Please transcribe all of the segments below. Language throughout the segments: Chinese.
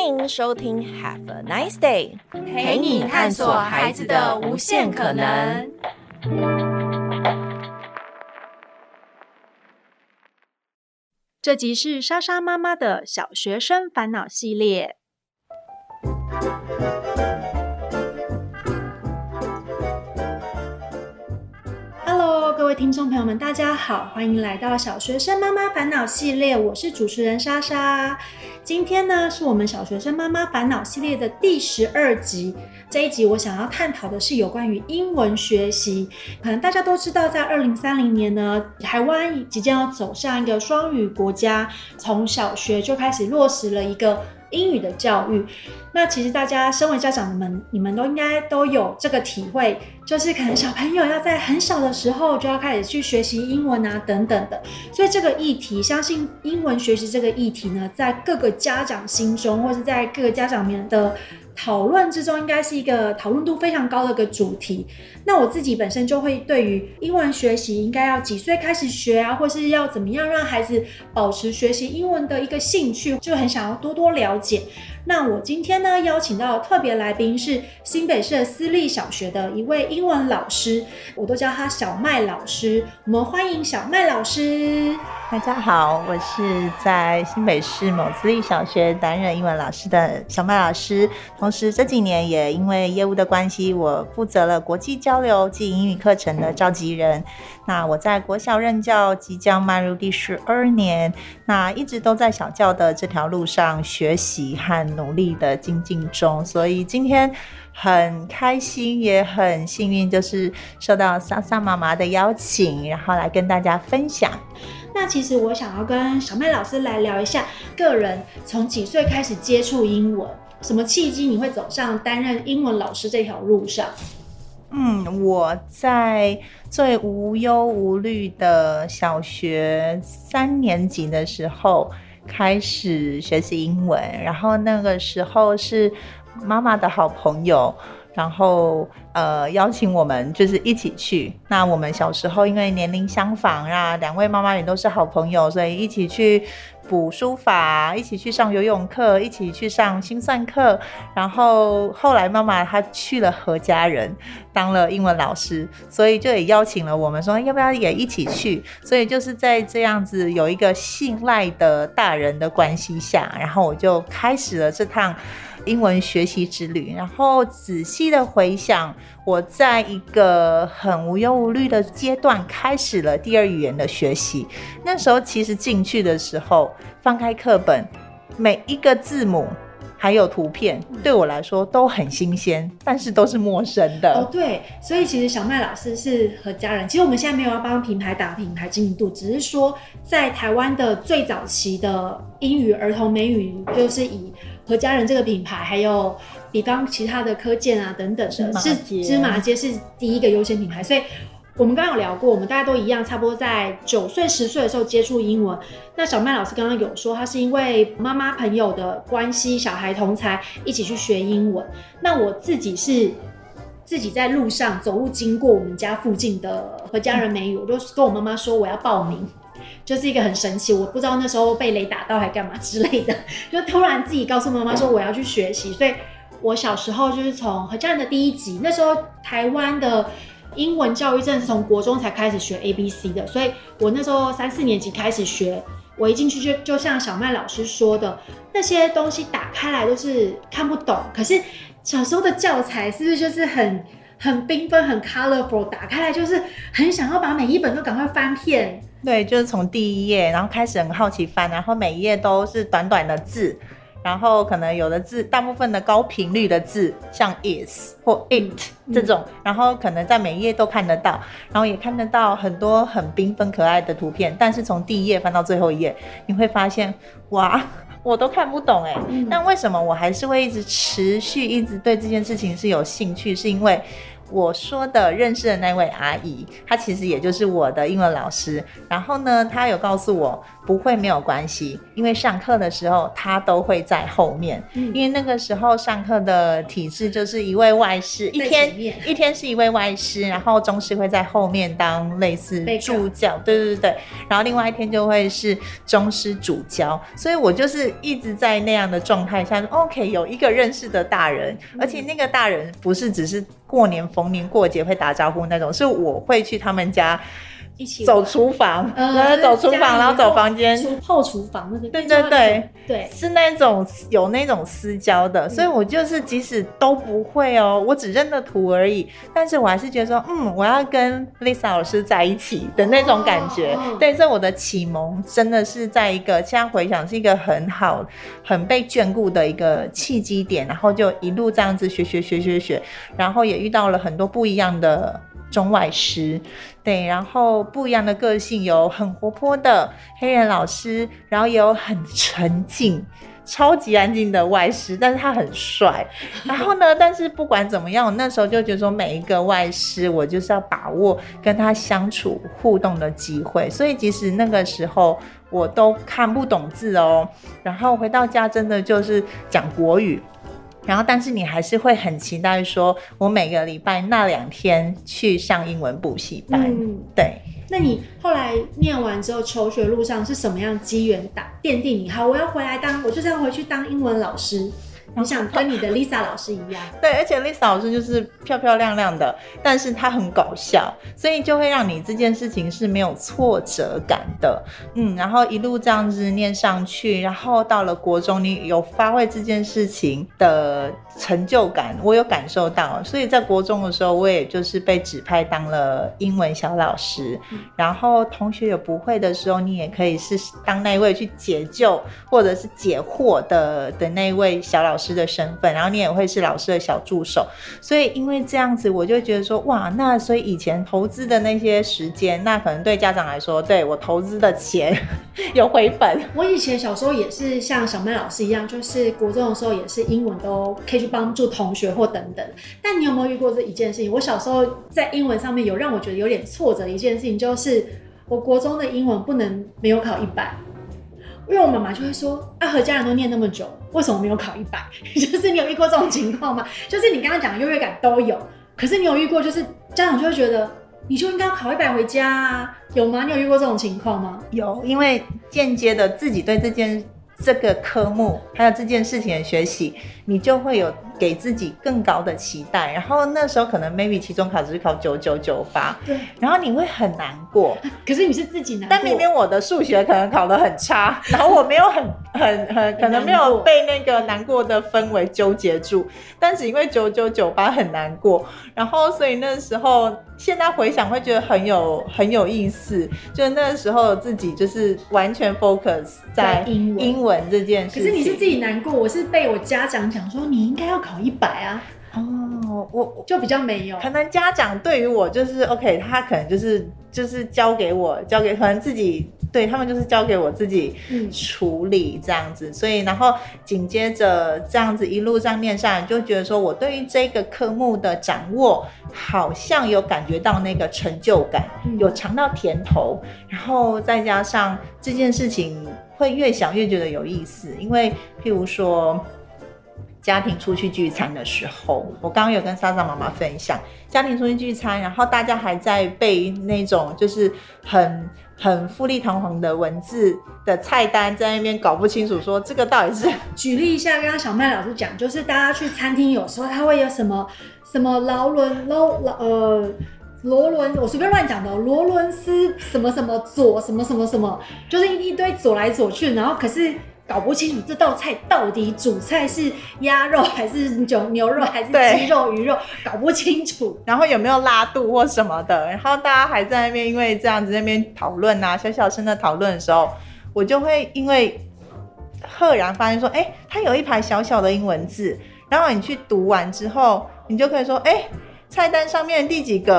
欢迎收听 Have a Nice Day， 陪你探索孩子的无限可能。 这集是莎莎妈妈的小学生烦恼系列。Hello， 各位听众朋友们，大家好，欢迎来到小学生妈妈烦恼系列，我是主持人莎莎。今天呢，是我们小学生妈妈烦恼系列的第12集。这一集我想要探讨的是有关于英文学习。可能大家都知道，在2030年呢，台湾即将要走向一个双语国家，从小学就开始落实了一个英语的教育。那其实大家身为家长们，你们都应该都有这个体会，就是可能小朋友要在很小的时候就要开始去学习英文啊等等的。所以这个议题，相信英文学习这个议题呢，在各个家长心中，或是在各个家长们的讨论之中，应该是一个讨论度非常高的一个主题。那我自己本身就会对于英文学习应该要几岁开始学啊，或是要怎么样让孩子保持学习英文的一个兴趣，就很想要多多了解。那我今天呢，邀请到的特别来宾是新北市的私立小学的一位英文老师，我都叫他小麦老师。我们欢迎小麦老师。 大家好，我是在新北市某私立小学担任英文老师的小麦老师，同时这几年也因为业务的关系，我负责了国际交流及英语课程的召集人。那我在国小任教即将迈入第12年，那一直都在小教的这条路上学习和努力的精进中，所以今天很开心也很幸运，就是受到莎莎妈妈的邀请，然后来跟大家分享。 那其实我想要跟小麦老师来聊一下，个人从几岁开始接触英文，什么契机你会走上担任英文老师这条路上？ 我在最无忧无虑的小学3年级的时候开始学习英文，然后那个时候是妈妈的好朋友，然后邀请我们就是一起去。那我们小时候因为年龄相仿啊，两位妈妈也都是好朋友，所以一起去补书法，一起去上游泳课，一起去上心算课。然后后来妈妈她去了何家人当了英文老师，所以就也邀请了我们说要不要也一起去。所以就是在这样子有一个信赖的大人的关系下，然后我就开始了这趟英文学习之旅。然后仔细的回想，我在一个很无忧无虑的阶段开始了第二语言的学习。那时候其实进去的时候，翻开课本，每一个字母还有图片对我来说都很新鲜，但是都是陌生的。 对，所以其实小麦老师是何家人。其实我们现在没有要帮品牌打品牌知名度，只是说在台湾的最早期的英语儿童美语，就是以何家人这个品牌，还有比方其他的科健啊等等的，是芝麻街是第一个优先品牌。所以我们刚刚有聊过，我们大家都一样，差不多在9岁10岁的时候接触英文。那小麦老师刚刚有说，他是因为妈妈朋友的关系，小孩同才一起去学英文。那我自己是自己在路上走路经过我们家附近的何家人美语，我就跟我妈妈说我要报名。就是一个很神奇，我不知道那时候被雷打到还干嘛之类的，就突然自己告诉妈妈说我要去学习。所以我小时候就是从何家人的第一集，那时候台湾的英文教育真的是从国中才开始学 ABC 的，所以我那时候3、4年级开始学。我一进去就像小麦老师说的，那些东西打开来都是看不懂，可是小时候的教材是不是就是很缤纷很 colorful， 打开来就是很想要把每一本都赶快翻遍。 对，就是从第一页然后开始很好奇翻，然后每一页都是短短的字，然后可能有的字大部分的高频率的字像 is 或 it 这种，然后可能在每一页都看得到，然后也看得到很多很缤纷可爱的图片，但是从第一页翻到最后一页你会发现哇我都看不懂耶。但为什么我还是会一直持续一直对这件事情是有兴趣，是因为我说的认识的那位阿姨，她其实也就是我的英文老师。然后呢，她有告诉我不会没有关系，因为上课的时候她都会在后面，因为那个时候上课的体制就是一位外师，一天是一位外师，然后中师会在后面当类似助教，对，然后另外一天就会是中师主教，所以我就是一直在那样的状态下 OK 有一个认识的大人，而且那个大人不是只是过年逢年过节会打招呼那种，是我会去他们家一起走厨房，走厨房，然后走房间， 后厨房那个， 对，是那种有那种私交的，所以我就是即使都不会哦，我只认得图而已，但是我还是觉得说，我要跟 Lisa 老师在一起的那种感觉。对，所以我的启蒙真的是在一个现在回想是一个很好、很被眷顾的一个契机点，然后就一路这样子学，然后也遇到了很多不一样的中外师，对，然后不一样的个性，有很活泼的黑人老师，然后也有很沉静超级安静的外师，但是他很帅。然后呢，但是不管怎么样，我那时候就觉得说每一个外师我就是要把握跟他相处互动的机会，所以即使那个时候我都看不懂字哦，然后回到家真的就是讲国语，然后但是你还是会很期待说我每个礼拜那2天去上英文补习班。对。 那你后来念完之后，求学路上是什么样机缘奠定你好我要回来我就是要回去当英文老师，你想跟你的 Lisa 老师一样？ 对，而且 Lisa 老师就是漂漂亮亮的，但是她很搞笑，所以就会让你这件事情是没有挫折感的。然后一路这样子念上去，然后到了国中，你有发挥这件事情的成就感，我有感受到，所以在国中的时候，我也就是被指派当了英文小老师。然后同学有不会的时候，你也可以是当那位去解救或者是解惑的那位小老师的身份，然后你也会是老师的小助手。所以因为这样子，我就觉得说，哇，那所以以前投资的那些时间，那可能对家长来说，对我投资的钱有回本。 我以前小时候也是像小麦老师一样，就是国中的时候也是英文都可以去帮助同学或等等。但你有没有遇过这一件事情？我小时候在英文上面有让我觉得有点挫折的一件事情，就是我国中的英文不能没有考100。因为我妈妈就会说何家人都念那么久，为什么没有考100？就是你有遇过这种情况吗？就是你刚刚讲的优越感都有，可是你有遇过就是家长就会觉得你就应该考100回家啊，有吗？你有遇过这种情况吗？ 有，因为间接的自己对这个科目还有这件事情的学习，你就会有给自己更高的期待，然后那时候可能 maybe 期中考只是考9998， 对， 然后你会很难过。 可是你是自己难过， 但明明我的数学可能考得很差，然后我没有很可能没有被那个难过的氛围纠结住，但是因为9998很难过，然后所以那时候现在回想会觉得很有意思，就那时候自己就是完全 focus 在英文这件事情。 可是你是自己难过，我是被我家长讲说你应该要考100啊。我就比较没有， 可能家长对于我就是 OK， 他可能就是交给可能自己对他们就是交给我自己处理这样子，所以然后紧接着这样子一路上念下来，就觉得说我对于这个科目的掌握好像有感觉到那个成就感，有尝到甜头，然后再加上这件事情会越想越觉得有意思，因为譬如说家庭出去聚餐的时候，我刚刚有跟莎莎妈妈分享，家庭出去聚餐，然后大家还在背那种就是很富丽堂皇的文字的菜单，在那边搞不清楚说这个到底是。 举例一下，刚刚小麦老师讲，就是大家去餐厅有时候他会有什么罗伦，我随便乱讲的罗伦斯什么什么佐什么什么什么，就是一堆佐来佐去，然后可是搞不清楚这道菜到底主菜是鸭肉还是牛肉还是鸡肉鱼肉，搞不清楚， 然后有没有拉肚或什么的，然后大家还在那边因为这样子那边讨论啊，小声的讨论的时候，我就会因为赫然发现说它有一排小小的英文字，然后你去读完之后，你就可以说菜单上面第几个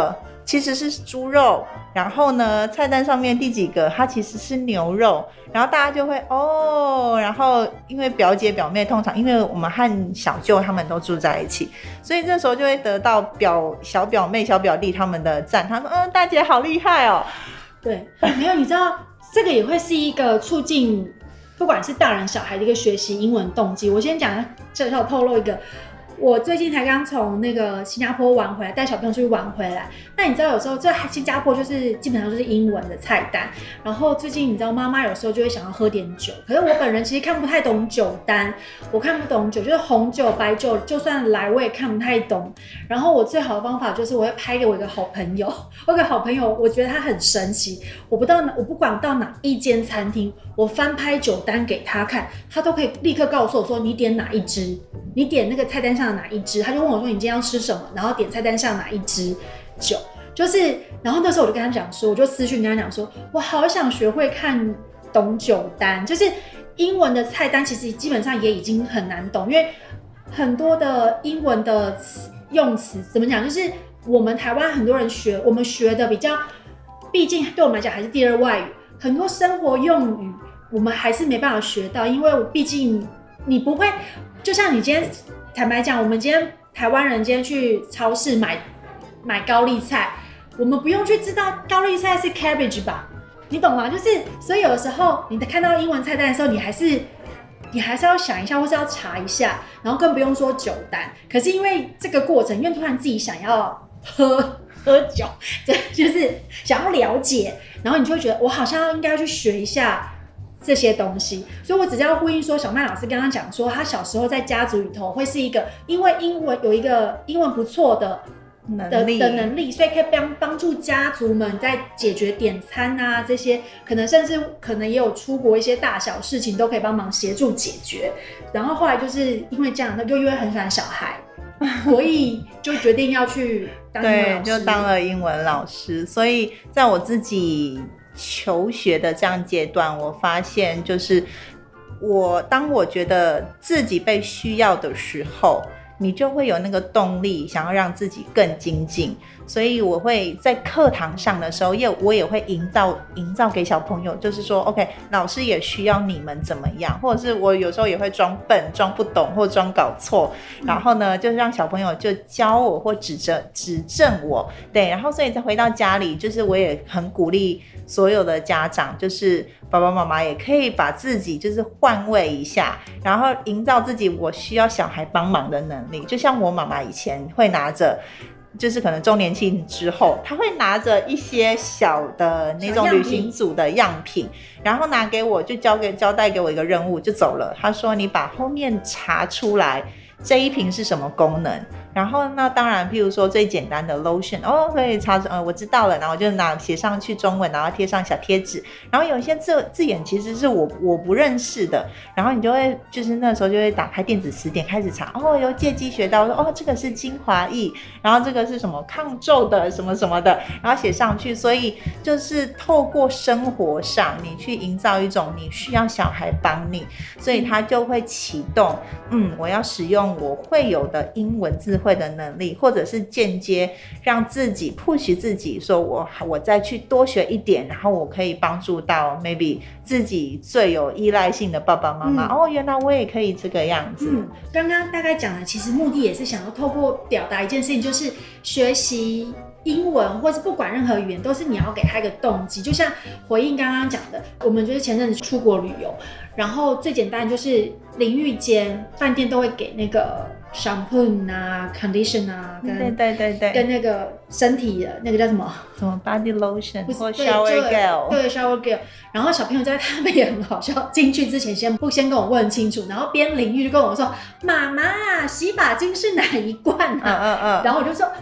其实是猪肉，然后呢菜单上面第几个它其实是牛肉，然后大家就会然后因为表姐表妹通常因为我们和小舅他们都住在一起，所以这时候就会得到小表妹小表弟他们的赞，他说大姐好厉害哦。 对，没有，你知道这个也会是一个促进不管是大人小孩的一个学习英文动机。我先讲小小透露一个，我最近才刚从那个新加坡玩回来，带小朋友出去玩回来。那你知道有时候这新加坡就是基本上就是英文的菜单，然后最近你知道妈妈有时候就会想要喝点酒，可是我本人其实看不太懂酒单，我看不懂酒，就是红酒白酒就算来我也看不太懂。然后我最好的方法就是我会拍给我一个好朋友，我有个好朋友我觉得他很神奇，我不管到哪一间餐厅，我翻拍酒单给他看，他都可以立刻告诉我说你点哪一支，你点那个菜单上的哪一支，他就问我说你今天要吃什么，然后点菜单上哪一支酒，就是然后那时候我就跟他讲说，我就私讯跟他讲说，我好想学会看懂酒单，就是英文的菜单其实基本上也已经很难懂，因为很多的英文的用词怎么讲，就是我们台湾很多人我们学的比较，毕竟对我们来讲还是第二外语，很多生活用语我们还是没办法学到，因为毕竟你不会，就像你今天坦白讲，我们今天台湾人今天去超市买高丽菜，我们不用去知道高丽菜是 cabbage 吧，你懂吗？就是所以有的时候你看到英文菜单的时候，你还是要想一下，或是要查一下，然后更不用说酒单。可是因为这个过程，因为突然自己想要喝酒，就是想要了解，然后你就会觉得我好像应该去学一下这些东西。所以我只是要呼应说，小麦老师刚刚讲说，他小时候在家族里头会是一个，因为英文有一个英文不错的能力，所以可以帮助家族们在解决点餐啊这些，甚至也有出国一些大小事情都可以帮忙协助解决。然后后来就是因为这样，他就因为很喜欢小孩，所以就决定要去当英文老师， 对，就当了英文老师。所以在我自己求学的这样阶段，我发现就是当我觉得自己被需要的时候，你就会有那个动力想要让自己更精进。所以我会在课堂上的时候我也会营造给小朋友，就是说 OK 老师也需要你们怎么样，或者是我有时候也会装笨装不懂或装搞错，然后呢就让小朋友就教我或指正我。对，然后所以再回到家里，就是我也很鼓励所有的家长，就是爸爸妈妈也可以把自己就是换位一下，然后营造自己我需要小孩帮忙的能力。就像我妈妈以前会拿着，就是可能周年庆之后，他会拿着一些小的那种旅行组的样品，然后拿给我，就交代给我一个任务就走了。他说你把后面查出来这一瓶是什么功能，然后那当然譬如说最简单的 lotion 可以查我知道了，然后我就写上去中文，然后贴上小贴纸，然后有一些字眼其实是我不认识的，然后你就会就是那时候就会打开电子词典开始查，由借机学到说这个是精华液，然后这个是什么抗皱的什么什么的，然后写上去。所以就是透过生活上你去营造一种你需要小孩帮你，所以他就会启动我要使用我会有的英文字汇的能力，或者是间接让自己 push 自己，说我再去多学一点，然后我可以帮助到 maybe 自己最有依赖性的爸爸妈妈。原来我也可以这个样子。 刚刚大概讲的其实目的也是想要透过表达一件事情，就是学习英文或是不管任何语言都是你要给他一个动机。就像回应刚刚讲的，我们就是前阵子出国旅游，然后最简单就是淋浴间饭店都会给那个 shampoo 啊 condition 啊跟那个身体的那个叫什么 body lotion 或 shower gel， 对 shower gel。 然后小朋友在他们也很好笑，进去之前先跟我问清楚，然后边淋浴就跟我说妈妈洗发精是哪一罐啊？然后我就说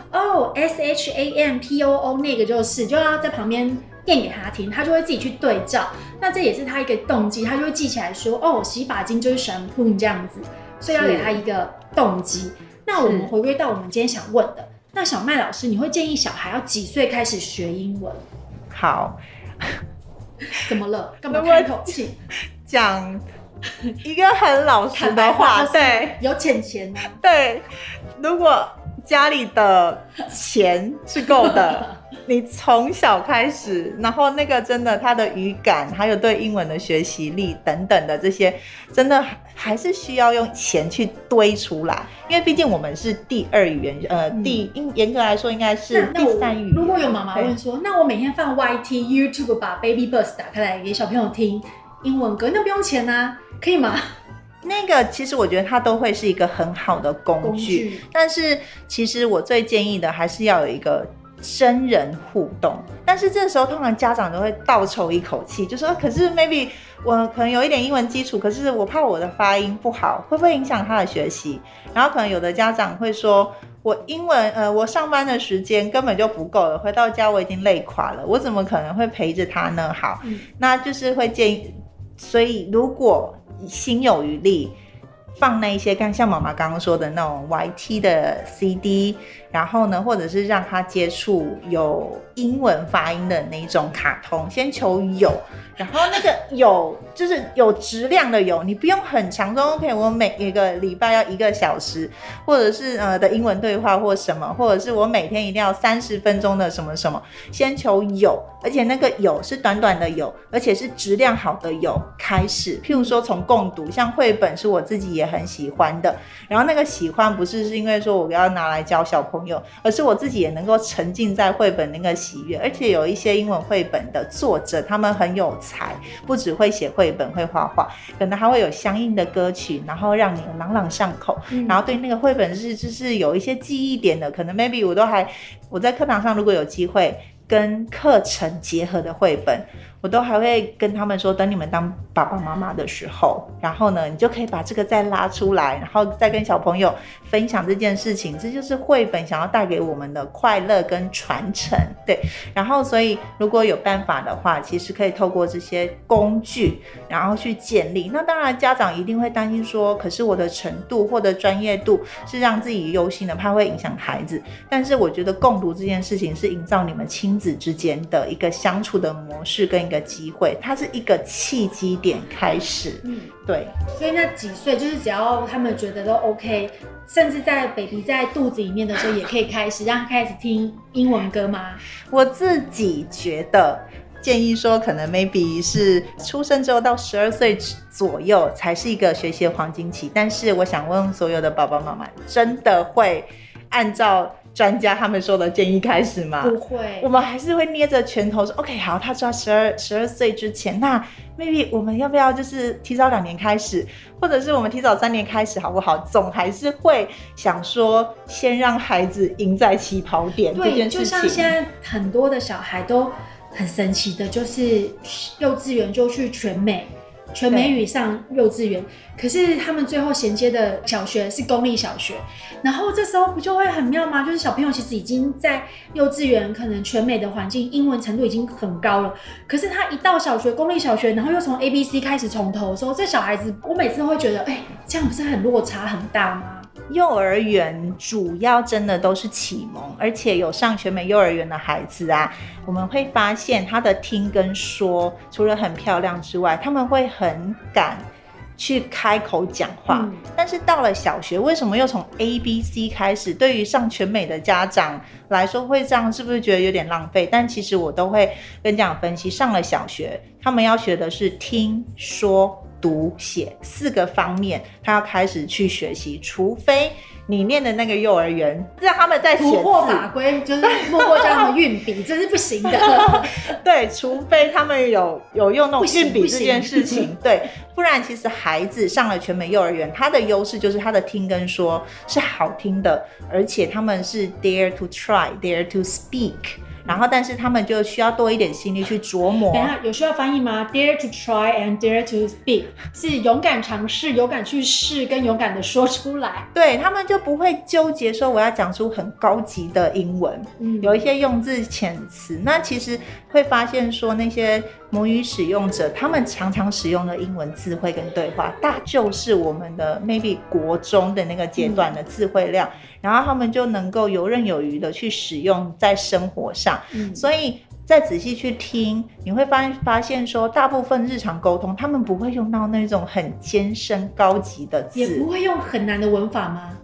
SHAMPOO 那个就要在旁边念给他听，他就会自己去对照。那这也是他一个动机，他就会记起来说洗发精就是 shampoo 这样子，所以要给他一个动机。那我们回归到我们今天想问的，那小麦老师你会建议小孩要几岁开始学英文？ 好， 怎么了？干嘛开口气？ 讲一个很老实的话，对， 有钱啊。 对，如果家里的钱是够的，你从小开始，然后那个真的他的语感，还有对英文的学习力等等的这些，真的还是需要用钱去堆出来，因为毕竟我们是第二语言，严格来说应该是第三语言。 如果有妈妈问说，那我每天放 YT、YouTube 把 Baby Bus 打开来给小朋友听英文歌，那不用钱啊，可以吗？ 那个其实我觉得它都会是一个很好的工具，但是其实我最建议的还是要有一个真人互动，但是这时候通常家长都会倒抽一口气，就说可是 maybe 我可能有一点英文基础，可是我怕我的发音不好，会不会影响他的学习？然后可能有的家长会说，我英文我上班的时间根本就不够了，回到家我已经累垮了，我怎么可能会陪着他呢？好，那就是会建议，所以如果心有余力，放那一些像妈妈刚刚说的那种 YT 的 CD， 然后呢，或者是让他接触有英文发音的那种卡通，先求有，然后那个有就是有质量的有，你不用很长说 OK 我每一个礼拜要1个小时，或者是的英文对话或什么，或者是我每天一定要30分钟的什么什么，先求有，而且那个有是短短的有，而且是质量好的有开始，譬如说从共读，像绘本是我自己也很喜欢的，然后那个喜欢不是因为说我要拿来教小朋友，而是我自己也能够沉浸在绘本那个喜悦，而且有一些英文绘本的作者他们很有才，不只会写绘本会画画，可能还会有相应的歌曲，然后让你朗朗上口，然后对那个绘本就是有一些记忆点的，可能 maybe 我在课堂上如果有机会跟课程结合的绘本，我都还会跟他们说，等你们当爸爸妈妈的时候，然后呢，你就可以把这个再拉出来，然后再跟小朋友分享这件事情，这就是绘本想要带给我们的快乐跟传承。对，然后所以如果有办法的话，其实可以透过这些工具，然后去建立。那当然家长一定会担心说，可是我的程度或者专业度是让自己忧心的，怕会影响孩子。但是我觉得共读这件事情是营造你们亲子之间的一个相处的模式跟一个机会，它是一个契机点开始。对。 所以那几岁就是只要他们觉得都 OK， 甚至在 baby 在肚子里面的时候也可以开始让他开始听英文歌吗？ 我自己觉得建议说可能 maybe 是出生之后到12岁左右才是一个学习的黄金期，但是我想问所有的爸爸妈妈，真的会按照专家他们说的建议开始吗？ 不会， 我们还是会捏着拳头说 OK 好，他抓12岁之前，那 maybe 我们要不要就是提早2年开始，或者是我们提早3年开始好不好？总还是会想说先让孩子赢在起跑点这件事情。 对，就像现在很多的小孩都很神奇的，就是幼稚园就去全美语上幼稚园，可是他们最后衔接的小学是公立小学，然后这时候不就会很妙吗？就是小朋友其实已经在幼稚园可能全美的环境英文程度已经很高了，可是他一到小学公立小学，然后又从 ABC 开始从头的时候，这小孩子我每次都会觉得这样不是很落差很大吗？ 幼儿园主要真的都是启蒙，而且有上全美幼儿园的孩子啊，我们会发现他的听跟说除了很漂亮之外，他们会很敢去开口讲话，但是到了小学，为什么又从 ABC 开始？对于上全美的家长来说会这样，是不是觉得有点浪费？但其实我都会跟家长分析，上了小学他们要学的是听说读写4个方面，他要开始去学习，除非你念的那个幼儿园让他们在写字突破法规，就是默默叫他们运笔，这是不行的。 对，除非他们有用那种运笔这件事情，对，不然其实孩子上了全美幼儿园，他的优势就是他的听跟说是好听的，而且他们是 dare to try, dare to speak。然后但是他们就需要多一点心力去琢磨。 等一下，有需要翻译吗？ Dare to try and dare to speak 是勇敢尝试，勇敢去试，跟勇敢的说出来。 对，他们就不会纠结说我要讲出很高级的英文，有一些用字遣词。那其实会发现说那些母语使用者，他们常常使用的英文字汇跟对话，大就是我们的 maybe 国中的那个阶段的字汇量，然后他们就能够游刃有余的去使用在生活上。所以再仔细去听，你会发现说大部分日常沟通他们不会用到那种很艰深高级的字， 也不会用很难的文法吗？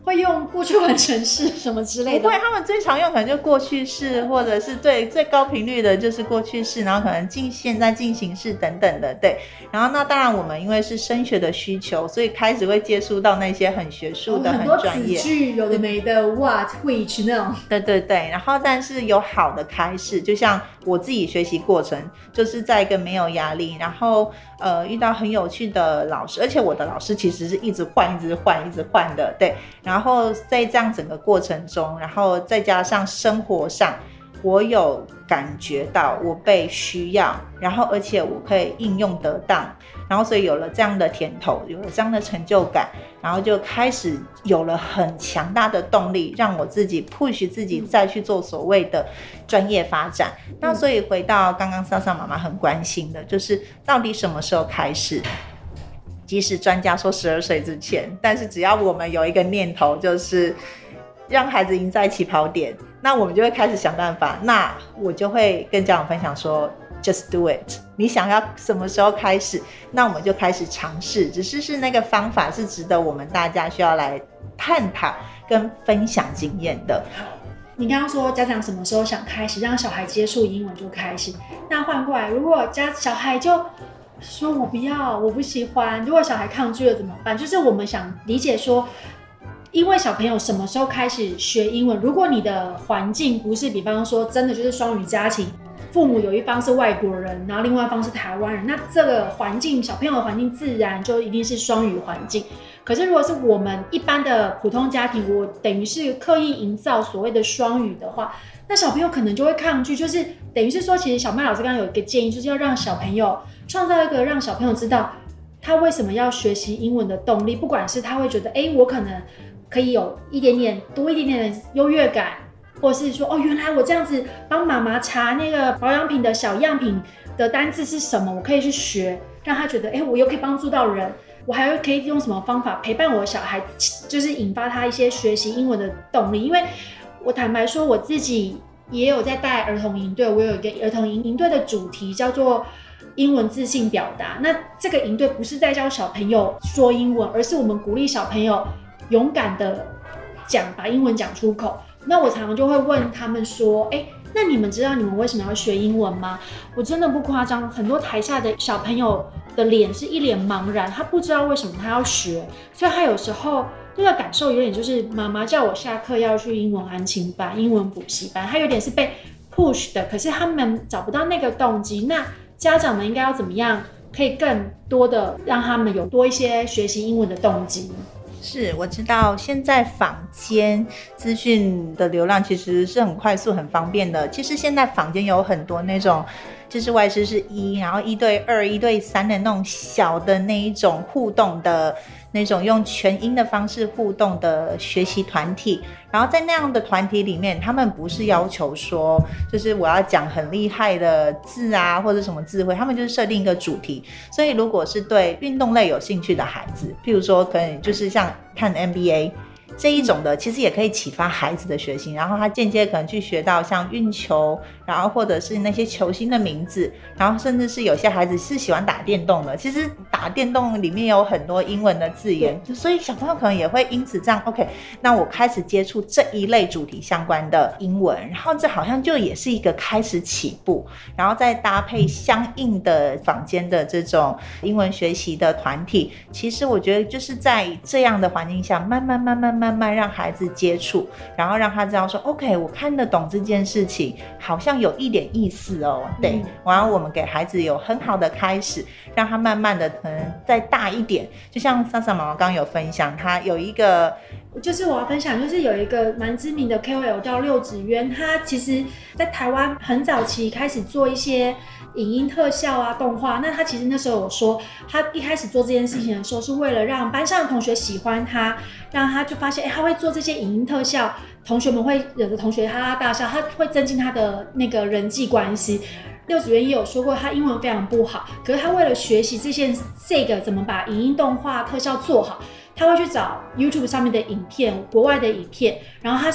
会用过去完成式什么之类的？ 不会，他们最常用可能就过去式，或者是对最高频率的就是过去式，然后可能现在进行式等等的，对。然后那当然我们因为是升学的需求，所以开始会接触到那些很学术的、很专业， 很多子句有的没的 what which 那种。 对对对，然后但是有好的开始，就像我自己学习过程，就是在一个没有压力，然后遇到很有趣的老师，而且我的老师其实是一直换的，对。然后在这样整个过程中，然后再加上生活上，我有感觉到我被需要，然后而且我可以应用得当，然后所以有了这样的甜头，有了这样的成就感，然后就开始有了很强大的动力，让我自己 push 自己再去做所谓的专业发展。那所以回到刚刚莎莎妈妈很关心的，就是到底什么时候开始？即使专家说12岁之前，但是只要我们有一个念头，就是让孩子赢在起跑点，那我们就会开始想办法。那我就会跟家长分享说 just do it， 你想要什么时候开始，那我们就开始尝试，只是那个方法是值得我们大家需要来探讨跟分享经验的。 你刚刚说家长什么时候想开始让小孩接触英文就开始，那换过来，如果小孩就说我不要，我不喜欢，如果小孩抗拒了怎么办？就是我们想理解说，因为小朋友什么时候开始学英文，如果你的环境不是比方说真的就是双语家庭，父母有一方是外国人，然后另外一方是台湾人，那这个环境小朋友的环境自然就一定是双语环境。可是如果是我们一般的普通家庭，我等于是刻意营造所谓的双语的话，那小朋友可能就会抗拒，就是等于是说，其实小麦老师刚刚有一个建议，就是要让小朋友创造一个让小朋友知道他为什么要学习英文的动力，不管是他会觉得我可能可以有多一点点的优越感，或是说原来我这样子帮妈妈查那个保养品的小样品的单字是什么，我可以去学，让他觉得我又可以帮助到人，我还可以用什么方法陪伴我的小孩，就是引发他一些学习英文的动力。因为我坦白说，我自己也有在带儿童营队，我有一个儿童营队的主题叫做英文自信表达。那这个营队不是在教小朋友说英文，而是我们鼓励小朋友勇敢的把英文讲出口。那我常常就会问他们说，那你们知道你们为什么要学英文吗？我真的不夸张，很多台下的小朋友的脸是一脸茫然，他不知道为什么他要学，所以他有时候这个感受有点就是妈妈叫我下课要去英文安亲班、英文补习班，他有点是被 push 的，可是他们找不到那个动机。那家长们应该要怎么样可以更多的让他们有多一些学习英文的动机？ 是，我知道现在坊间资讯的流量其实是很快速很方便的。其实现在坊间有很多那种就是外师是1，然后1对2、1对3的那种小的那一种互动的那种用全英的方式互动的学习团体。然后在那样的团体里面，他们不是要求说就是我要讲很厉害的字啊或者什么智慧，他们就是设定一个主题。所以如果是对运动类有兴趣的孩子，譬如说可能就是像看 NBA这一种的，其实也可以启发孩子的学习，然后他间接可能去学到像运球，然后或者是那些球星的名字，然后甚至是有些孩子是喜欢打电动的，其实打电动里面有很多英文的字眼，所以小朋友可能也会因此这样 OK， 那我开始接触这一类主题相关的英文，然后这好像就也是一个开始起步，然后再搭配相应的坊间的这种英文学习的团体，其实我觉得就是在这样的环境下慢慢让孩子接触，然后让他知道说 OK 我看得懂这件事情好像有一点意思哦，对，然后我们给孩子有很好的开始，让他慢慢的可能再大一点，就像莎莎妈妈刚刚有分享，他有一个就是我要分享，就是有一个蛮知名的 KOL 叫六子渊，他其实在台湾很早期开始做一些影音特效啊动画，那他其实那时候有说他一开始做这件事情的时候是为了让班上的同学喜欢他，让他就发现他会做这些影音特效，同学们会惹得同学哈哈大笑，他会增进他的那个人际关系。六子渊也有说过他英文非常不好，可是他为了学习这个怎么把影音动画特效做好，他会去找 YouTube 上面的影片，国外的影片，然后他是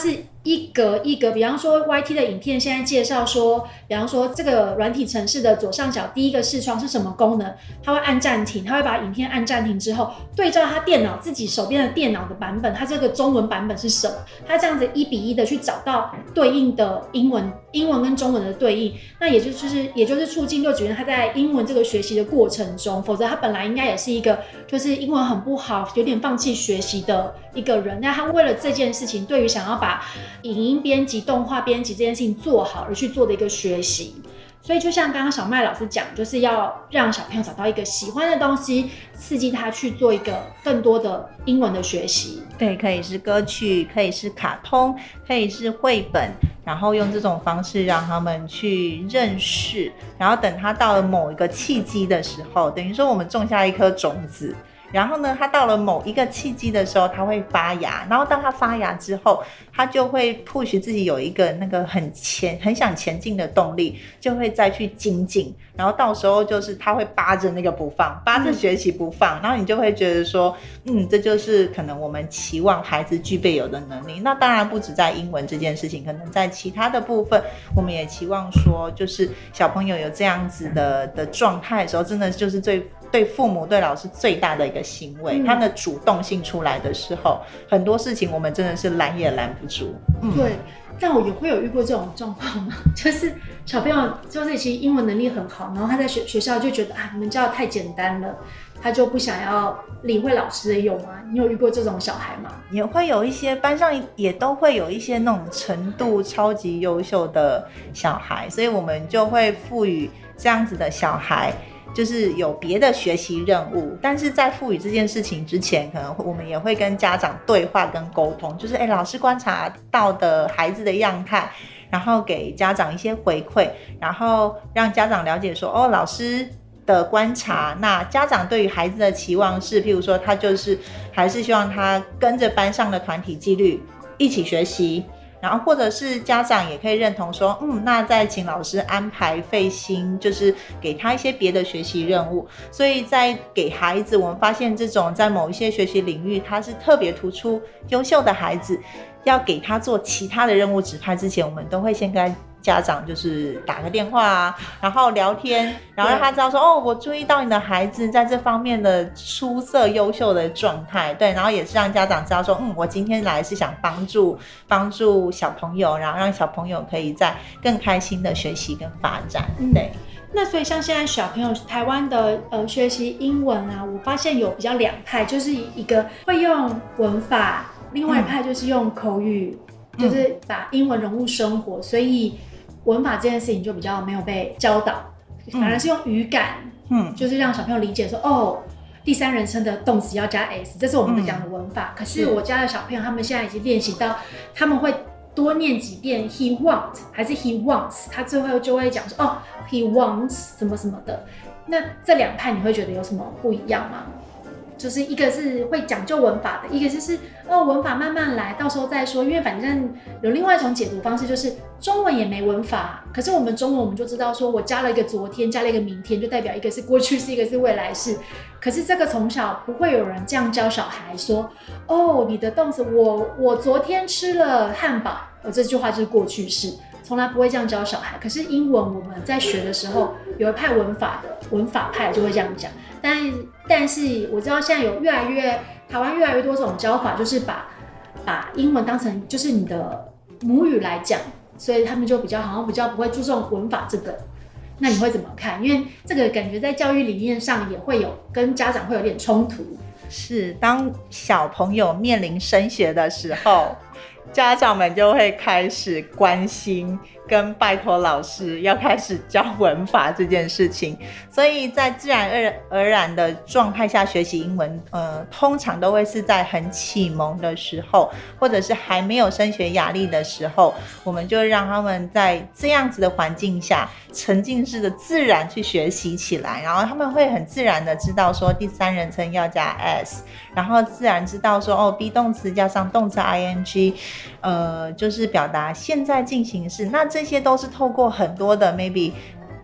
一格一格，比方说 YT 的影片现在介绍说，比方说这个软体程式的左上角第一个视窗是什么功能，他会按暂停，他会把影片按暂停之后，对照他电脑自己手边的电脑的版本，他这个中文版本是什么，他这样子1比1的去找到对应的英文跟中文的对应，那也就是促进幼稚园他在英文这个学习的过程中，否则他本来应该也是一个就是英文很不好，有点放弃学习的一个人，那他为了这件事情，对于想要把影音编辑、动画编辑这件事情做好而去做的一个学习。所以就像刚刚小麦老师讲，就是要让小朋友找到一个喜欢的东西，刺激他去做一个更多的英文的学习。 对，可以是歌曲，可以是卡通，可以是绘本，然后用这种方式让他们去认识，然后等他到了某一个契机的时候，等于说我们种下一颗种子，然后呢，它到了某一个契机的时候，它会发芽，然后当它发芽之后，它就会 push 自己有一个那个很想前进的动力，就会再去精进，然后到时候就是它会扒着那个不放，扒着学习不放，然后你就会觉得说，这就是可能我们期望孩子具备有的能力。那当然不止在英文这件事情，可能在其他的部分，我们也期望说，就是小朋友有这样子的状态的时候，真的就是对父母对老师最大的一个欣慰，他们的主动性出来的时候，很多事情我们真的是拦也拦不住。 对，但我也会有遇过这种状况吗？就是小朋友就是其实英文能力很好，然后他在学校就觉得你们教的太简单了，他就不想要理会老师的，有吗？你有遇过这种小孩吗？ 也会有一些班上也都会有一些那种程度超级优秀的小孩，所以我们就会赋予这样子的小孩就是有别的学习任务，但是在赋予这件事情之前，可能我们也会跟家长对话跟沟通，就是老师观察到的孩子的样态，然后给家长一些回馈，然后让家长了解说，老师的观察，那家长对于孩子的期望是，譬如说他就是还是希望他跟着班上的团体纪律一起学习，然后或者是家长也可以认同说，那再请老师安排费心，就是给他一些别的学习任务。所以在给孩子，我们发现这种在某一些学习领域他是特别突出优秀的孩子，要给他做其他的任务指派之前，我们都会先跟家长就是打个电话啊，然后聊天，然后让他知道说，我注意到你的孩子在这方面的出色优秀的状态，对，然后也是让家长知道说，我今天来是想帮助小朋友，然后让小朋友可以在更开心的学习跟发展，对。 那所以像现在小朋友台湾的学习英文啊，我发现有比较两派，就是一个会用文法，另外一派就是用口语，就是把英文融入生活，所以文法这件事情就比较没有被教导，反而是用语感，就是让小朋友理解说，第三人称的动词要加 s， 这是我们讲的文法。可是我家的小朋友他们现在已经练习到，他们会多念几遍 he want 还是 he wants， 他最后就会讲说he wants 什么什么的。那这两派你会觉得有什么不一样吗？就是一个是会讲究文法的，一个就是文法慢慢来，到时候再说。因为反正有另外一种解读方式，就是中文也没文法，可是我们中文我们就知道说，我加了一个昨天，加了一个明天，就代表一个是过去式，一个是未来式。可是这个从小不会有人这样教小孩说，你的动词我昨天吃了汉堡，这句话就是过去式。从来不会这样教小孩，可是英文我们在学的时候，有一派文法派就会这样讲，但是我知道现在有台湾越来越多这种教法，就是把英文当成就是你的母语来讲，所以他们就好像比较不会注重文法这个。那你会怎么看？因为这个感觉在教育理念上也会有跟家长会有点冲突。 是，当小朋友面临升学的时候，家长们就会开始关心跟拜托老师要开始教文法这件事情，所以在自然而然的状态下学习英文，通常都会是在很启蒙的时候，或者是还没有升学压力的时候，我们就让他们在这样子的环境下沉浸式的自然去学习起来，然后他们会很自然的知道说第三人称要加 s， 然后自然知道说be动词加上动词 ing，就是表达现在进行式，那这些都是透过很多的 maybe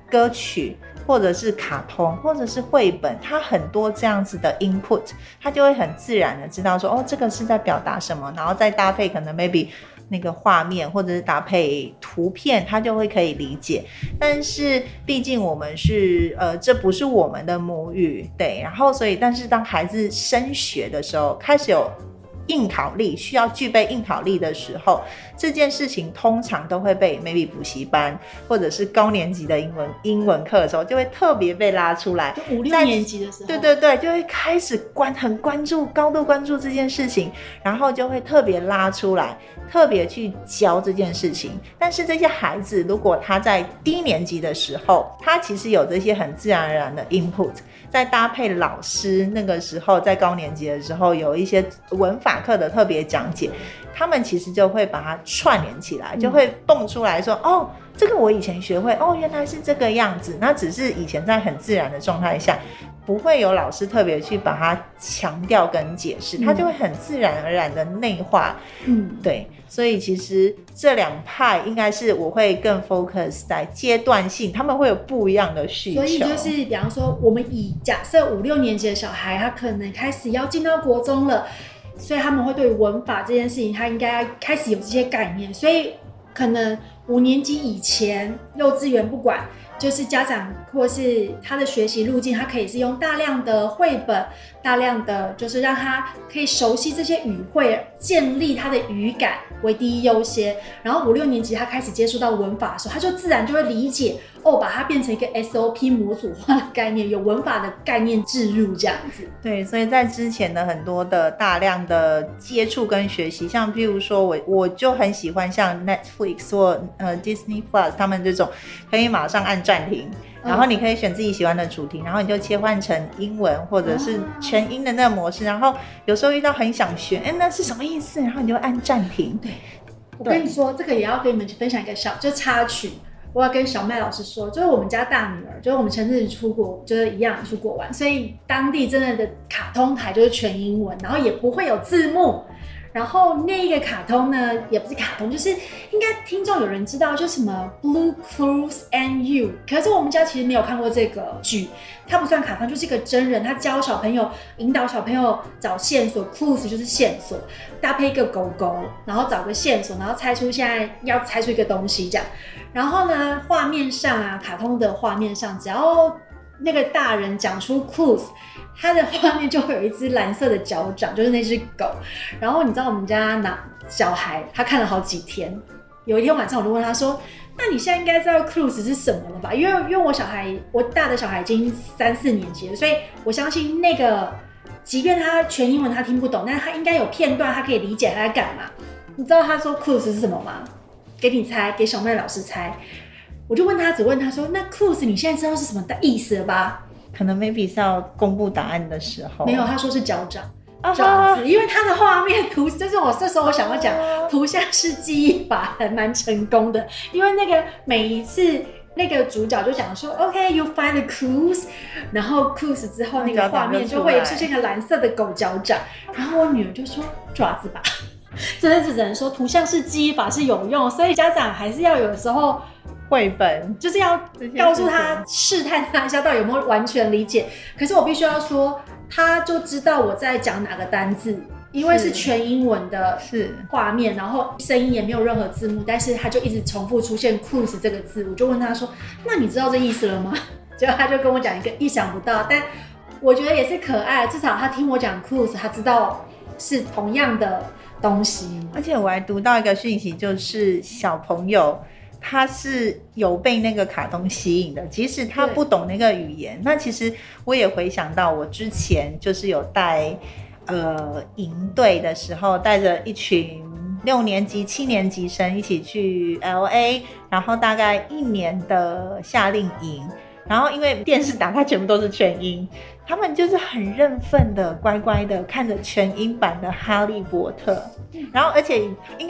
歌曲或者是卡通或者是绘本，它很多这样子的 input， 它就会很自然的知道说这个是在表达什么，然后再搭配可能 maybe 那个画面或者是搭配图片，他就会可以理解。但是毕竟我们是这不是我们的母语，对，然后所以但是当孩子升学的时候，开始有应考力，需要具备应考力的时候，这件事情通常都会被 maybe 补习班或者是高年级的英文课的时候，就会特别被拉出来。 5、6年级的时候， 对对对，就会开始很关注，高度关注这件事情，然后就会特别拉出来，特别去教这件事情。但是这些孩子如果他在低年级的时候，他其实有这些很自然而然的 input， 再搭配老师那个时候在高年级的时候有一些文法课的特别讲解，他们其实就会把它串联起来，就会蹦出来说这个我以前学会，原来是这个样子。那只是以前在很自然的状态下，不会有老师特别去把它强调跟解释，它就会很自然而然的内化。对，所以其实这两派应该是我会更 focus 在阶段性，他们会有不一样的需求。 所以就是比方说我们以假设5、6年级的小孩，他可能开始要进到国中了，所以他们会对文法这件事情他应该要开始有这些概念，所以可能5年级以前幼稚园不管，就是家长或是他的学习路径，他可以是用大量的绘本，大量的就是让他可以熟悉这些语汇，建立他的语感为第一优先。然后5、6年级他开始接触到文法的时候，他就自然就会理解把它变成一个 SOP 模组化的概念，有文法的概念置入这样子。 对，所以在之前的很多的大量的接触跟学习，像譬如说我就很喜欢像 Netflix 或Disney Plus 他们这种可以马上按暂停，然后你可以选自己喜欢的主题，然后你就切换成英文或者是全英的那个模式，然后有时候遇到很想学那是什么意思，然后你就按暂停。 对，我跟你说这个也要跟你们分享一个就插曲，我要跟小麦老师说，就是我们家大女儿，就是我们前阵子出国，就是一样出国玩，所以当地真的卡通台就是全英文，然后也不会有字幕。然后那一个卡通呢，也不是卡通，就是应该听众有人知道，就是什么 Blue Clues and You。可是我们家其实没有看过这个剧，它不算卡通，就是一个真人，他教小朋友、引导小朋友找线索 ，Clues 就是线索，搭配一个狗狗，然后找个线索，然后猜出现在要猜出一个东西这样。然后呢，画面上啊，卡通的画面上，只要那个大人讲出 clues， 他的画面就会有一只蓝色的脚掌，就是那只狗。然后你知道我们家小孩他看了好几天，有一天晚上我就问他说：“那你现在应该知道 clues 是什么了吧？”因为我大的小孩已经3、4年级了，所以我相信那个，即便他全英文他听不懂，但是他应该有片段他可以理解他在干嘛。你知道他说 clues 是什么吗？给你猜，给小麦老师猜。我就只问他说：“那 clues 你现在知道是什么的意思了吧？” 可能 maybe 是要公布答案的时候。 没有，他说是脚掌。爪子，因为他的画面图，就是这时候我想要讲，图像式记忆法还蛮成功的，因为那个每一次那个主角就讲说 ，OK, you find the clues， 然后 clues 之后那个画面就会出现一个蓝色的狗脚掌，然后我女儿就说爪子吧，真的只能说图像式记忆法是有用，所以家长还是要有时候。 绘本就是要告诉他试探他一下到底有没有完全理解，可是我必须要说他就知道我在讲哪个单字，因为是全英文的画面，然后声音也没有任何字幕，但是他就一直重复出现 clues 这个字，我就问他说那你知道这意思了吗？结果他就跟我讲一个意想不到，但我觉得也是可爱，至少他听我讲 clues 他知道是同样的东西。 而且我还读到一个讯息，就是小朋友他是有被那个卡通吸引的，即使他不懂那个语言。那其实我也回想到我之前就是有带营队的时候，带着一群6年级、7年级生一起去 LA， 然后大概1年的夏令营。然后因为电视打开全部都是全英，他们就是很认份的乖乖的看着全英版的哈利波特，然后而且应该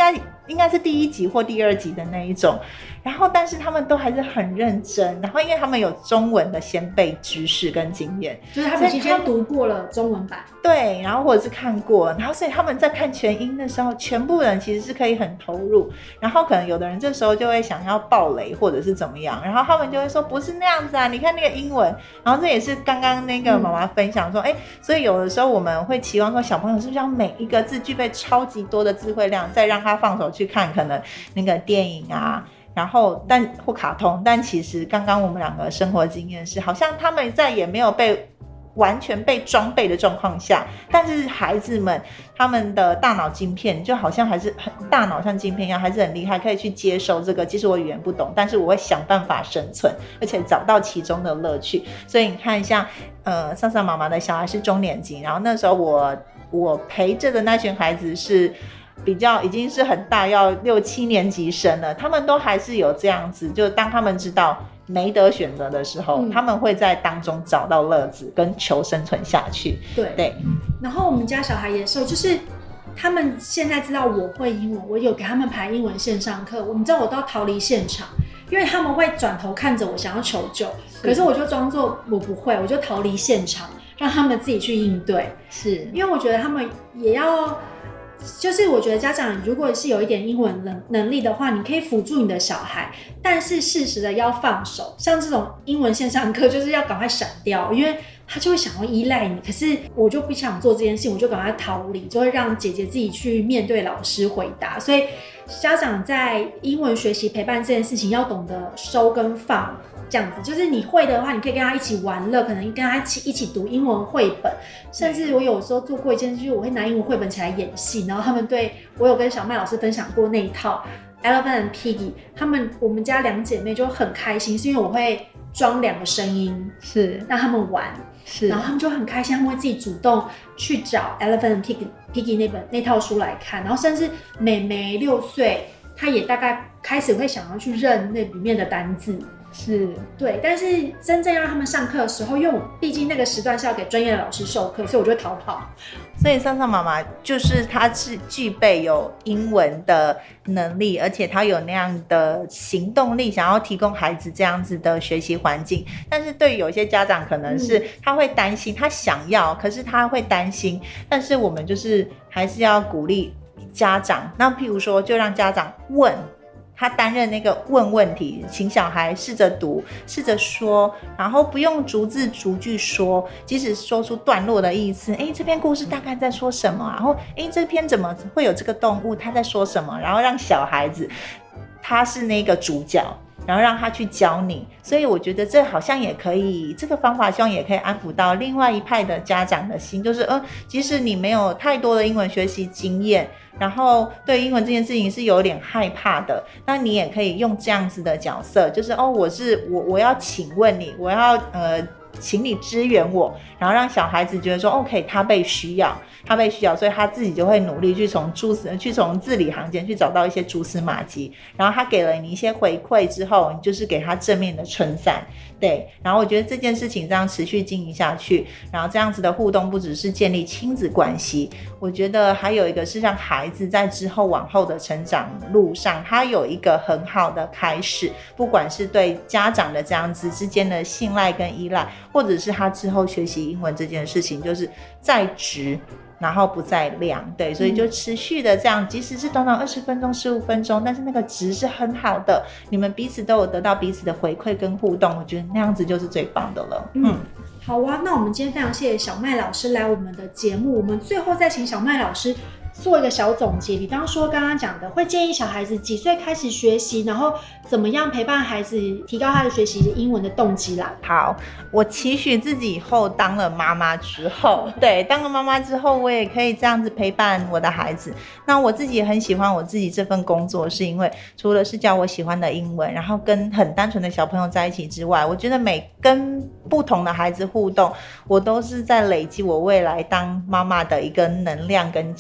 应该是第1集或第2集的那一种，然后但是他们都还是很认真，然后因为他们有中文的先辈知识跟经验， 就是他们已经读过了中文版， 对，然后或者是看过，然后所以他们在看全英的时候，全部人其实是可以很投入，然后可能有的人这时候就会想要爆雷或者是怎么样，然后他们就会说不是那样子啊，你看那个英文，然后这也是刚刚那个妈妈分享说，所以有的时候我们会期望说小朋友是不是要每一个字具备超级多的智慧量，再让他放手去看可能那个电影啊，然后或卡通，但其实刚刚我们2个生活经验是，好像他们在也没有完全被装备的状况下，但是孩子们他们的大脑晶片就好像还是大脑像晶片一样，还是很厉害，可以去接受这个，即使我语言不懂，但是我会想办法生存，而且找到其中的乐趣。所以你看像桑桑妈妈的小孩是中年级，然后那时候我陪着的那群孩子是比较已经是很大，要6、7年级生了，他们都还是有这样子，就当他们知道没得选择的时候，他们会在当中找到乐子跟求生存下去。对。 然后我们家小孩也是，就是他们现在知道我会英文，我有给他们排英文线上课，你知道我都要逃离现场，因为他们会转头看着我想要求救，可是我就装作我不会，我就逃离现场，让他们自己去应对。是因为我觉得他们也要，就是我觉得家长如果是有一点英文能力的话，你可以辅助你的小孩，但是适时的要放手。像这种英文线上课就是要赶快闪掉，因为他就会想要依赖你，可是我就不想做这件事情，我就赶快逃离，就会让姐姐自己去面对老师回答。所以家长在英文学习陪伴这件事情要懂得收跟放，这样子就是你会的话，你可以跟他一起玩乐，可能跟他一起读英文绘本，甚至我有时候做过一件事，就是我会拿英文绘本起来演戏，然后他们我有跟小麦老师分享过那一套 Elephant and Piggy， 我们家2姐妹就很开心，是因为我会装2个声音，是让他们玩，是，然后他们就很开心，他们会自己主动去找 Elephant and Piggy 那套书来看，然后甚至妹妹6岁，她也大概开始会想要去认那里面的单字。是对，但是真正要让他们上课的时候，因为我毕竟那个时段是要给专业的老师授课，所以我就会逃跑。 所以桑桑妈妈就是她是具备有英文的能力，而且她有那样的行动力，想要提供孩子这样子的学习环境。但是对于有些家长可能是他会担心，他想要，可是他会担心，但是我们就是还是要鼓励家长。那譬如说就让家长问，他担任那个问问题，请小孩试着读，试着说，然后不用逐字逐句说，即使说出段落的意思，这篇故事大概在说什么，然后这篇怎么会有这个动物，他在说什么，然后让小孩子他是那个主角，然后让他去教你。所以我觉得这好像也可以，这个方法希望也可以安抚到另外一派的家长的心，就是即使你没有太多的英文学习经验，然后对英文这件事情是有点害怕的，那你也可以用这样子的角色，就是我要请问你，我要请你支援我，然后让小孩子觉得说 OK 他被需要，所以他自己就会努力去从字里行间去找到一些蛛丝马迹，然后他给了你一些回馈之后，你就是给他正面的称赞。对，然后我觉得这件事情这样持续经营下去，然后这样子的互动不只是建立亲子关系，我觉得还有一个是让孩子在之后往后的成长路上，他有一个很好的开始，不管是对家长的这样子之间的信赖跟依赖，或者是他之后学习英文这件事情就是在质然后不再量。对，所以就持续的这样，即使是短短20分钟15分钟，但是那个值是很好的，你们彼此都有得到彼此的回馈跟互动，我觉得那样子就是最棒的了。 好啊，那我们今天非常谢谢小麦老师来我们的节目，我们最后再请小麦老师做一个小总结，比方说刚刚讲的，会建议小孩子几岁开始学习，然后怎么样陪伴孩子提高他的学习英文的动机啦。 好，我期许自己以后当了妈妈之后，对，当了妈妈之后，我也可以这样子陪伴我的孩子。那我自己也很喜欢我自己这份工作，是因为除了是教我喜欢的英文，然后跟很单纯的小朋友在一起之外，我觉得跟不同的孩子互动，我都是在累积我未来当妈妈的一个能量跟经验。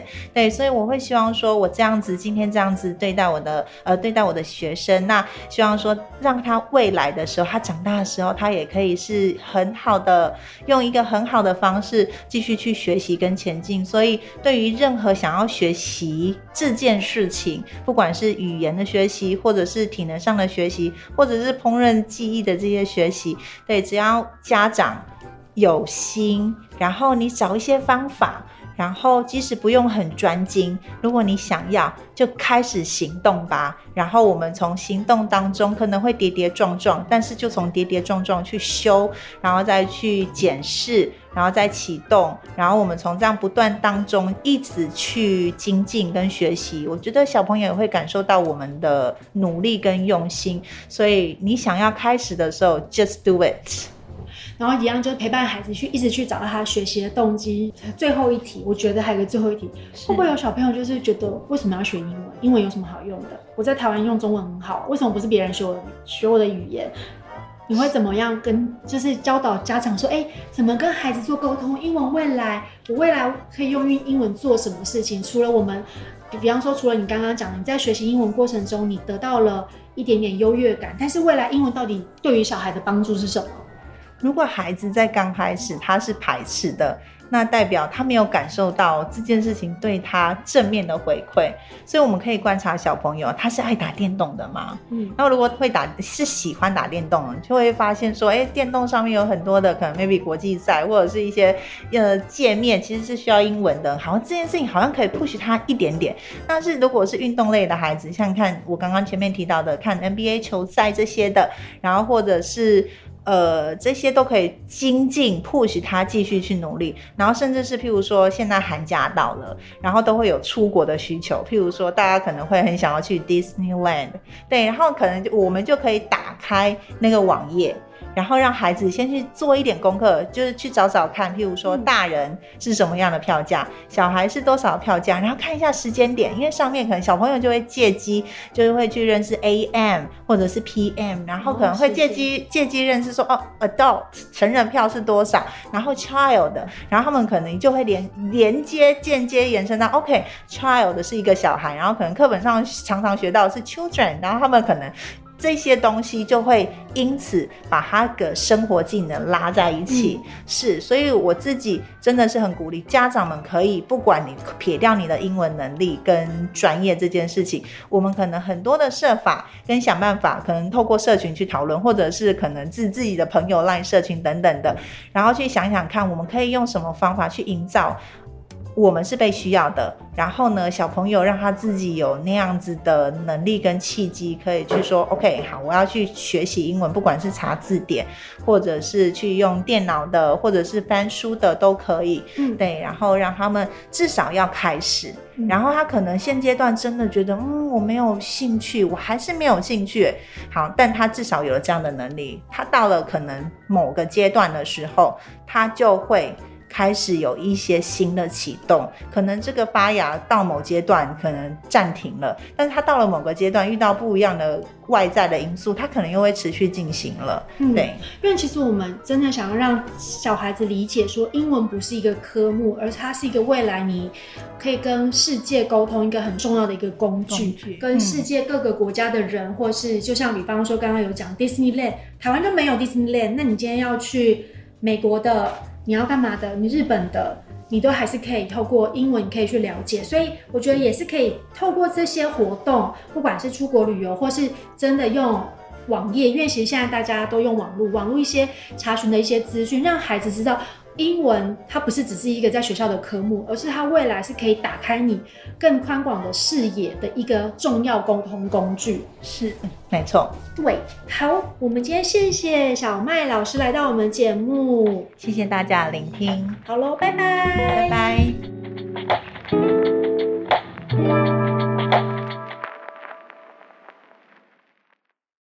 对，所以我会希望说我这样子今天这样子对待我的学生，那希望说让他未来的时候，他长大的时候，他也可以是很好的用一个很好的方式继续去学习跟前进。所以对于任何想要学习这件事情，不管是语言的学习，或者是体能上的学习，或者是烹饪技艺的这些学习，对，只要家长有心，然后你找一些方法，然后即使不用很专精，如果你想要，就开始行动吧。然后我们从行动当中可能会跌跌撞撞，但是就从跌跌撞撞去修，然后再去检视，然后再启动，然后我们从这样不断当中一直去精进跟学习。我觉得小朋友也会感受到我们的努力跟用心，所以你想要开始的时候 just do it。 然后一样就是陪伴孩子一直去找到他学习的动机。最后一题，我觉得还有一个最后一题，会不会有小朋友就是觉得为什么要学英文？英文有什么好用的？我在台湾用中文很好，为什么不是别人学我的语言？你会怎么样就是教导家长说，怎么跟孩子做沟通？英文我未来可以用英文做什么事情？除了我们，比方说，除了你刚刚讲的，你在学习英文过程中你得到了一点点优越感，但是未来英文到底对于小孩的帮助是什么？ 如果孩子在刚开始他是排斥的，那代表他没有感受到这件事情对他正面的回馈。所以我们可以观察小朋友，他是爱打电动的吗？那如果是喜欢打电动，就会发现说，电动上面有很多的可能 maybe 国际赛或者是一些界面其实是需要英文的，好像这件事情好像可以 push 他一点点。但是如果是运动类的孩子，像看我刚刚前面提到的看 NBA 球赛这些的，然后或者是这些都可以精进 push 他继续去努力。然后甚至是譬如说现在寒假到了，然后都会有出国的需求，譬如说大家可能会很想要去 Disneyland， 对，然后可能我们就可以打开那个网页，然后让孩子先去做一点功课，就是去找找看，譬如说大人是什么样的票价，小孩是多少票价，然后看一下时间点，因为上面可能小朋友就会借机，就是会去认识 AM 或者是 PM， 然后可能会借机认识说adult 成人票是多少，然后 child， 然后他们可能就会连接间接延伸到 OK child 是一个小孩，然后可能课本上常常学到的是 children， 然后他们可能这些东西就会因此把他的生活技能拉在一起。是，所以我自己真的是很鼓励家长们可以，不管你撇掉你的英文能力跟专业这件事情，我们可能很多的设法跟想办法，可能透过社群去讨论，或者是可能自己的朋友 LINE 社群等等的，然后去想想看我们可以用什么方法去营造我们是被需要的，然后呢，小朋友让他自己有那样子的能力跟契机，可以去说 OK 好，我要去学习英文，不管是查字典或者是去用电脑的或者是翻书的都可以。对，然后让他们至少要开始，然后他可能现阶段真的觉得我没有兴趣，我还是没有兴趣，好，但他至少有了这样的能力，他到了可能某个阶段的时候，他就会开始有一些新的启动，可能这个发芽到某阶段可能暂停了，但是他到了某个阶段遇到不一样的外在的因素，他可能又会持续进行了。对， 因为其实我们真的想要让小孩子理解说，英文不是一个科目，而它是一个未来你可以跟世界沟通一个很重要的一个工具，跟世界各个国家的人，或是就像比方说刚刚有讲 Disneyland， 台湾就没有 Disneyland， 那你今天要去美国的，你要干嘛的？你日本的，你都还是可以透过英文可以去了解，所以我觉得也是可以透过这些活动，不管是出国旅游，或是真的用网页，因为其实现在大家都用网络一些查询的一些资讯，让孩子知道英文它不是只是一个在学校的科目，而是它未来是可以打开你更宽广的视野的一个重要沟通工具。 是，没错。 对，好，我们今天谢谢小麦老师来到我们节目， 谢谢大家的聆听。 好咯，拜拜， 拜拜。